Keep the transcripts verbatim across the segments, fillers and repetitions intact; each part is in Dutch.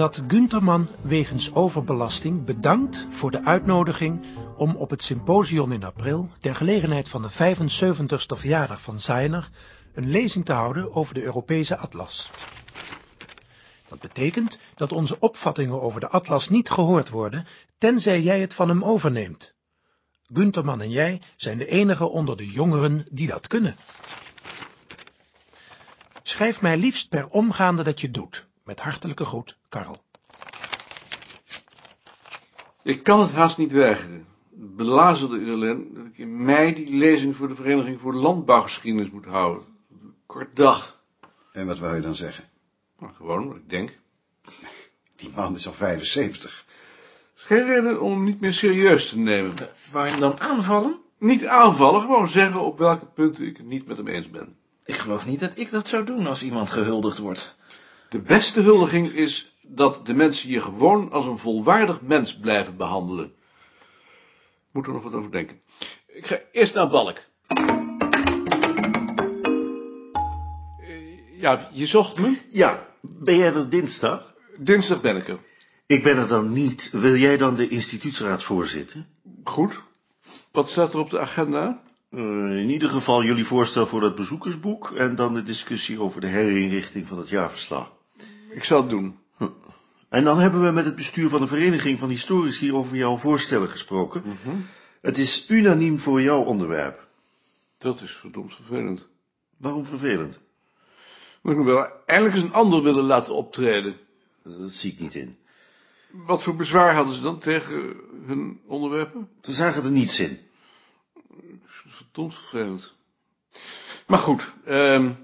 dat Gunterman wegens overbelasting bedankt voor de uitnodiging om op het symposium in april, ter gelegenheid van de vijfenzeventigste verjaardag van Zeiner, een lezing te houden over de Europese atlas. Dat betekent dat onze opvattingen over de atlas niet gehoord worden, tenzij jij het van hem overneemt. Gunterman en jij zijn de enigen onder de jongeren die dat kunnen. Schrijf mij liefst per omgaande dat je doet. Met hartelijke groet, Karl. Ik kan het haast niet weigeren. Het belazerde is alleen dat ik in mei die lezing voor de Vereniging voor Landbouwgeschiedenis moet houden. Kort dag. En wat wou je dan zeggen? Nou, gewoon wat ik denk. Die man is al vijfenzeventig. Er is geen reden om hem niet meer serieus te nemen. Wou je hem dan aanvallen? Niet aanvallen, gewoon zeggen op welke punten ik het niet met hem eens ben. Ik geloof niet dat ik dat zou doen als iemand gehuldigd wordt. De beste huldiging is dat de mensen je gewoon als een volwaardig mens blijven behandelen. Ik moet er nog wat over denken. Ik ga eerst naar Balk. Uh, ja, je zocht me? Ja, ben jij er dinsdag? Dinsdag ben ik er. Ik ben er dan niet. Wil jij dan de instituutsraad voorzitten? Goed. Wat staat er op de agenda? Uh, in ieder geval jullie voorstel voor dat bezoekersboek en dan de discussie over de herinrichting van het jaarverslag. Ik zal het doen. Hm. En dan hebben we met het bestuur van de Vereniging van Historici over jouw voorstellen gesproken. Mm-hmm. Het is unaniem voor jouw onderwerp. Dat is verdomd vervelend. Waarom vervelend? Moet ik me wel eindelijk eens een ander willen laten optreden. Dat zie ik niet in. Wat voor bezwaar hadden ze dan tegen hun onderwerpen? Ze zagen er niets in. Verdomd vervelend. Maar goed. Um...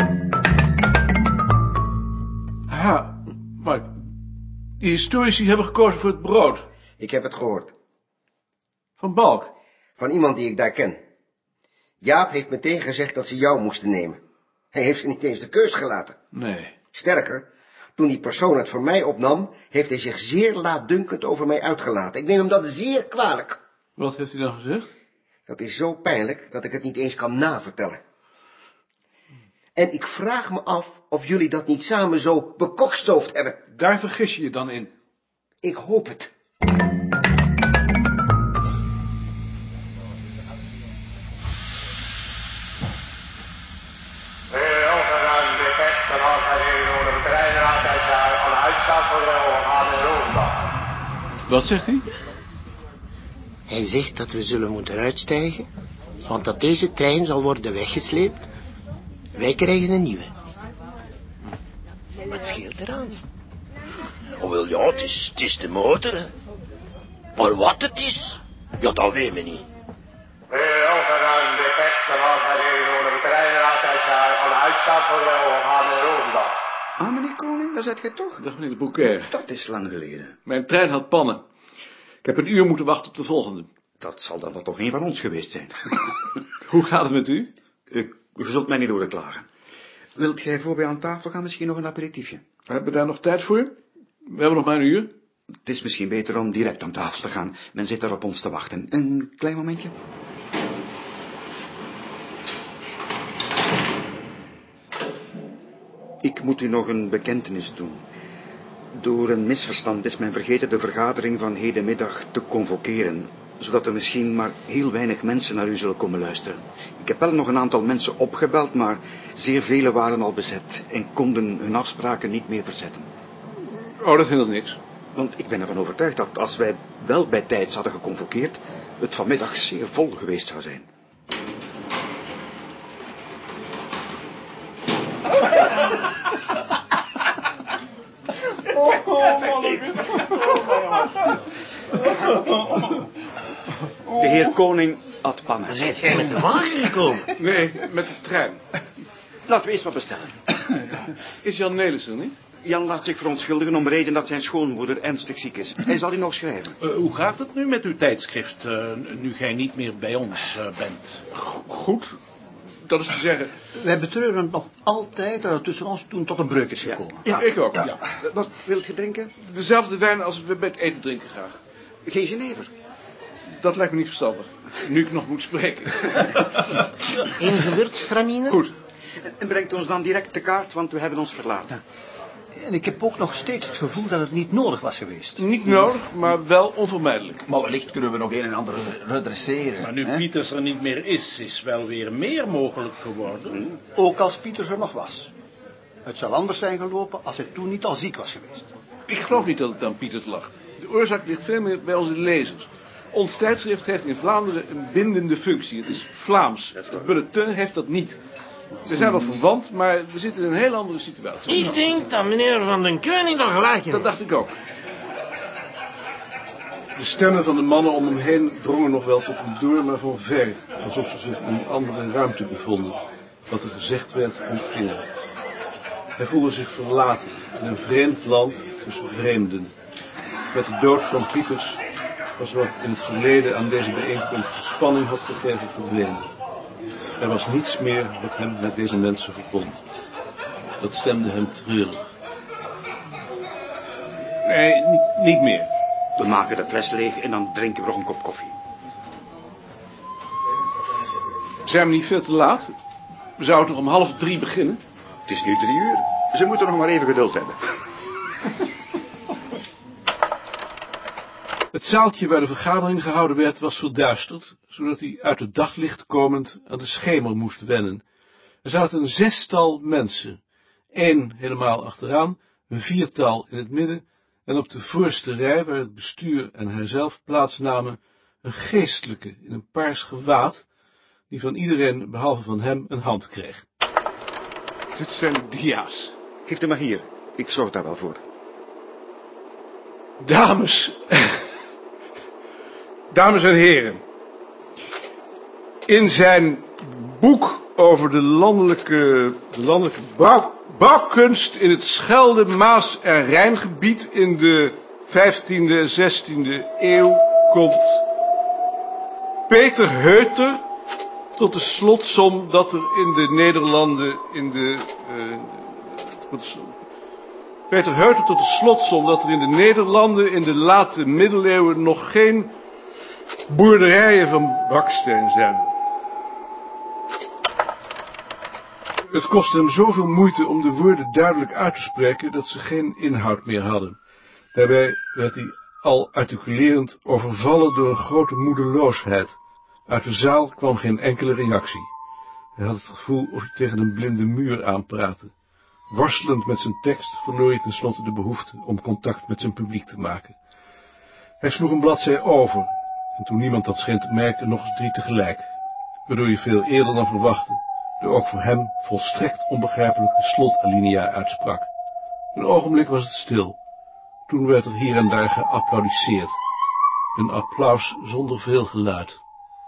Ha, maar die historici hebben gekozen voor het brood. Ik heb het gehoord. Van Balk? Van iemand die ik daar ken. Jaap heeft meteen gezegd dat ze jou moesten nemen. Hij heeft ze niet eens de keus gelaten. Nee. Sterker, toen die persoon het voor mij opnam, heeft hij zich zeer laatdunkend over mij uitgelaten. Ik neem hem dat zeer kwalijk. Wat heeft hij dan gezegd? Dat is zo pijnlijk dat ik het niet eens kan navertellen. En ik vraag me af of jullie dat niet samen zo bekokstoofd hebben. Daar vergis je je dan in. Ik hoop het. Wat zegt hij? Hij zegt dat we zullen moeten uitstijgen, want dat deze trein zal worden weggesleept. Wij krijgen een nieuwe. Wat scheelt eraan? Oh, wel ja, het is, het is de motor, hè. Maar wat het is, ja, dat weet men niet. Ah, meneer Koning, daar zit gij toch? Dag, meneer de Bouquet. Dat is lang geleden. Mijn trein had pannen. Ik heb een uur moeten wachten op de volgende. Dat zal dan toch een van ons geweest zijn. Hoe gaat het met u? U, u zult mij niet horen klagen. Wilt gij voor wij aan tafel gaan misschien nog een aperitiefje? Hebben we daar nog tijd voor? We hebben nog maar een uur. Het is misschien beter om direct aan tafel te gaan. Men zit daar op ons te wachten. Een klein momentje. Ik moet u nog een bekentenis doen. Door een misverstand is men vergeten de vergadering van hedenmiddag te convoceren, zodat er misschien maar heel weinig mensen naar u zullen komen luisteren. Ik heb wel nog een aantal mensen opgebeld, maar zeer vele waren al bezet en konden hun afspraken niet meer verzetten. Oh, dat hindert niks. Want ik ben ervan overtuigd dat als wij wel bij tijds hadden geconvoqueerd, het vanmiddag zeer vol geweest zou zijn. De heer Koning at pannen. Zijt jij met de wagen gekomen? Nee, met de trein. Laten we eerst wat bestellen. Is Jan Nelissen er niet? Jan laat zich verontschuldigen om reden dat zijn schoonmoeder ernstig ziek is. Hij zal u nog schrijven. Uh, hoe gaat het nu met uw tijdschrift, uh, nu gij niet meer bij ons uh, bent? Goed. Dat is te zeggen. Wij betreuren nog altijd dat het tussen ons toen tot een breuk is gekomen. Ja, ik ook. Ja. Ja. Wat wilt je drinken? Dezelfde wijn als we bij het eten drinken graag. Geen jenever. Dat lijkt me niet verstandig. Nu ik nog moet spreken. Een gewürztraminer? Goed. En brengt ons dan direct de kaart, want we hebben ons verlaten. En ik heb ook nog steeds het gevoel dat het niet nodig was geweest. Niet nodig, maar wel onvermijdelijk. Maar wellicht kunnen we nog een en ander redresseren. Maar nu hè? Pieters er niet meer is, is wel weer meer mogelijk geworden. Ook als Pieters er nog was. Het zou anders zijn gelopen als hij toen niet al ziek was geweest. Ik geloof niet dat het aan Pieters lag. De oorzaak ligt veel meer bij onze lezers. Ons tijdschrift heeft in Vlaanderen een bindende functie. Het is Vlaams. Het bulletin heeft dat niet. We zijn wel verwant, maar we zitten in een heel andere situatie. Ik denk dat meneer Van den Koning nog gelijk heeft. Dat dacht ik ook. De stemmen van de mannen om hem heen drongen nog wel tot hem door, maar van ver. Alsof ze zich in een andere ruimte bevonden. Wat er gezegd werd, ontving hem. Hij voelde zich verlaten in een vreemd land tussen vreemden. Met de dood van Pieters was wat in het verleden aan deze bijeenkomst de spanning had gegeven verdwenen. Er was niets meer wat hem met deze mensen verbond. Dat stemde hem treurig. Nee, niet, niet meer. We maken de fles leeg en dan drinken we nog een kop koffie. Zijn we niet veel te laat? We zouden toch om half drie beginnen? Het is nu drie uur. Ze moeten nog maar even geduld hebben. Het zaaltje waar de vergadering gehouden werd was verduisterd, zodat hij uit het daglicht komend aan de schemer moest wennen. Er zaten een zestal mensen, één helemaal achteraan, een viertal in het midden en op de voorste rij, waar het bestuur en hijzelf plaatsnamen, een geestelijke in een paars gewaad, die van iedereen behalve van hem een hand kreeg. Dit zijn dia's. Geef hem maar hier. Ik zorg daar wel voor. Dames, dames en heren, in zijn boek over de landelijke, de landelijke bouw, bouwkunst in het Schelde, Maas en Rijngebied in de vijftiende en zestiende eeuw komt Peter Heuter tot de slotsom dat er in de Nederlanden in de uh, Peter Heuter tot de slotsom dat er in de Nederlanden in de late middeleeuwen nog geen boerderijen van baksteen zijn. Het kostte hem zoveel moeite om de woorden duidelijk uit te spreken dat ze geen inhoud meer hadden. Daarbij werd hij al articulerend overvallen door een grote moedeloosheid. Uit de zaal kwam geen enkele reactie. Hij had het gevoel of hij tegen een blinde muur aanpraatte. Worstelend met zijn tekst verloor hij tenslotte de behoefte om contact met zijn publiek te maken. Hij sloeg een bladzij over, en toen niemand dat scheen te merken, nog eens drie tegelijk, waardoor hij veel eerder dan verwachtte de ook voor hem volstrekt onbegrijpelijke slotalinea uitsprak. Een ogenblik was het stil. Toen werd er hier en daar geapplaudisseerd. Een applaus zonder veel geluid.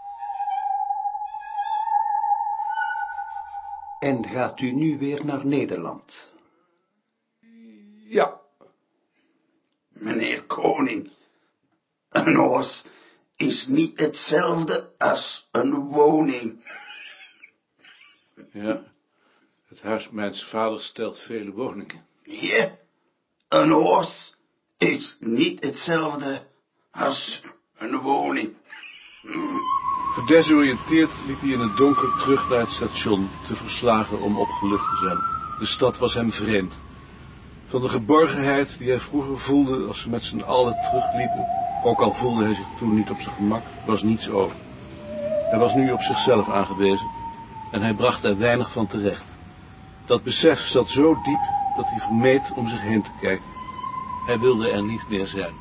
En gaat u nu weer naar Nederland? Ja. Meneer Koning, een huis is niet hetzelfde als een woning. Ja, het huis mijns vaders stelt vele woningen. Ja, een huis is niet hetzelfde als een woning. Gedesoriënteerd liep hij in het donker terug naar het station, te verslagen om opgelucht te zijn. De stad was hem vreemd. Van de geborgenheid die hij vroeger voelde als ze met z'n allen terugliepen, ook al voelde hij zich toen niet op zijn gemak, was niets over. Hij was nu op zichzelf aangewezen en hij bracht daar weinig van terecht. Dat besef zat zo diep dat hij vermeed om zich heen te kijken. Hij wilde er niet meer zijn.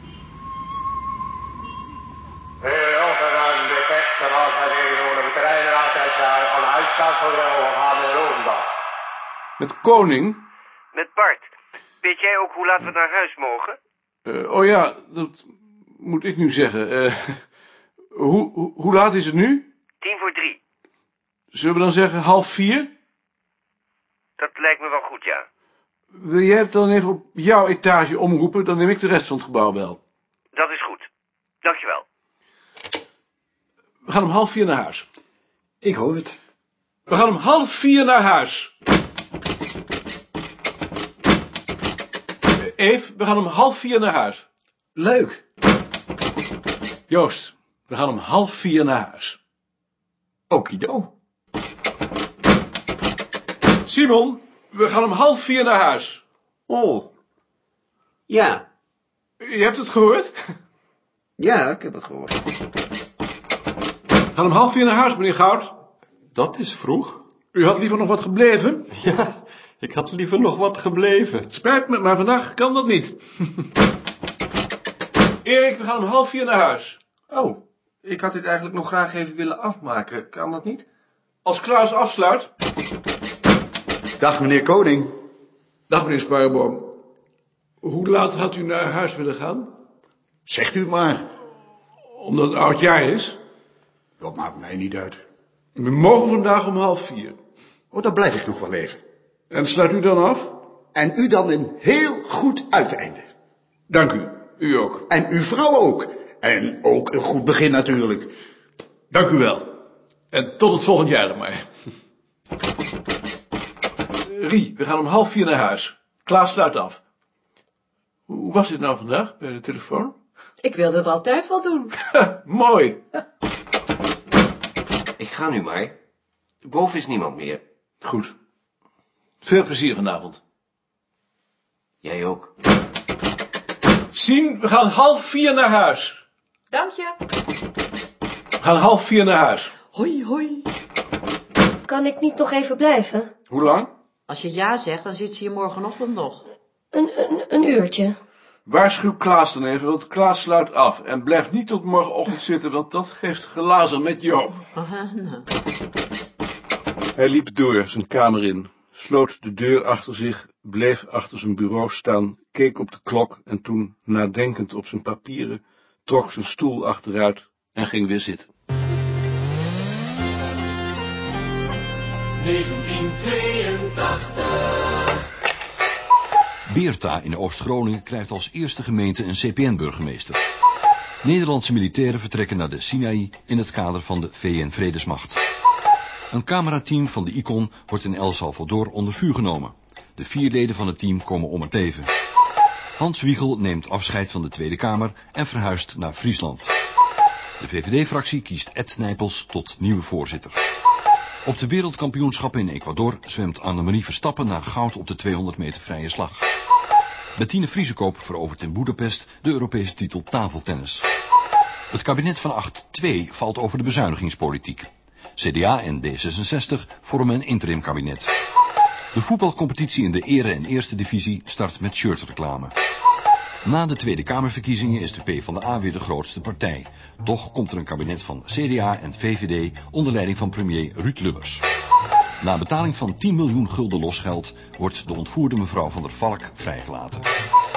Met Koning? Met Bart. Weet jij ook hoe laat we naar huis mogen? Uh, oh ja, dat moet ik nu zeggen. Uh, hoe, hoe, hoe laat is het nu? Tien voor drie. Zullen we dan zeggen half vier? Dat lijkt me wel goed, ja. Wil jij het dan even op jouw etage omroepen? Dan neem ik de rest van het gebouw wel. Dat is goed. Dankjewel. We gaan om half vier naar huis. Ik hoor het. We gaan om half vier naar huis. Eve, we gaan om half vier naar huis. Leuk. Joost, we gaan om half vier naar huis. Okido. Simon, we gaan om half vier naar huis. Oh. Ja. Je hebt het gehoord? Ja, ik heb het gehoord. We gaan om half vier naar huis, meneer Goud. Dat is vroeg. U had liever nog wat gebleven? Ja, ik had liever nog wat gebleven. Het spijt me, maar vandaag kan dat niet. Erik, we gaan om half vier naar huis. Oh, ik had dit eigenlijk nog graag even willen afmaken. Kan dat niet? Als Klaas afsluit... Dag, meneer Koning. Dag, meneer Sparreboom. Hoe laat had u naar huis willen gaan? Zegt u het maar. Omdat het oud jaar is? Dat maakt mij niet uit. We mogen vandaag om half vier. Oh, dan blijf ik nog wel even. En sluit u dan af? En u dan een heel goed uiteinde. Dank u. U ook. En uw vrouw ook. En ook een goed begin natuurlijk. Dank u wel. En tot het volgend jaar dan maar. Rie, we gaan om half vier naar huis. Klaas sluit af. Hoe was dit nou vandaag bij de telefoon? Ik wilde het altijd wel doen. Mooi. Ik ga nu maar. Boven is niemand meer. Goed. Veel plezier vanavond. Jij ook. Sien, we gaan half vier naar huis. Dank je. We gaan half vier naar huis. Hoi, hoi. Kan ik niet nog even blijven? Hoe lang? Als je ja zegt, dan zit ze hier morgenochtend nog. Een, een, een uurtje. Waarschuw Klaas dan even, want Klaas sluit af. En blijf niet tot morgenochtend zitten, want dat geeft glazen met Joop. Aha, nou. Hij liep door zijn kamer in, sloot de deur achter zich, bleef achter zijn bureau staan, keek op de klok en toen, nadenkend op zijn papieren, trok zijn stoel achteruit en ging weer zitten. negentien tweeëntachtig. Beerta in Oost-Groningen krijgt als eerste gemeente een C P N-burgemeester. Nederlandse militairen vertrekken naar de Sinaï in het kader van de V N-vredesmacht. Een camerateam van de Icon wordt in El Salvador onder vuur genomen. De vier leden van het team komen om het leven. Hans Wiegel neemt afscheid van de Tweede Kamer en verhuist naar Friesland. De V V D-fractie kiest Ed Nijpels tot nieuwe voorzitter. Op de wereldkampioenschappen in Ecuador zwemt Annemarie Verstappen naar goud op de tweehonderd meter vrije slag. Bettine Vriesekoop verovert in Boedapest de Europese titel tafeltennis. Het kabinet van acht twee valt over de bezuinigingspolitiek. C D A en D zesenzestig vormen een interimkabinet. De voetbalcompetitie in de Ere- en Eerste Divisie start met shirtreclame. Na de Tweede Kamerverkiezingen is de PvdA weer de grootste partij. Toch komt er een kabinet van C D A en V V D onder leiding van premier Ruud Lubbers. Na betaling van tien miljoen gulden losgeld wordt de ontvoerde mevrouw van der Valk vrijgelaten.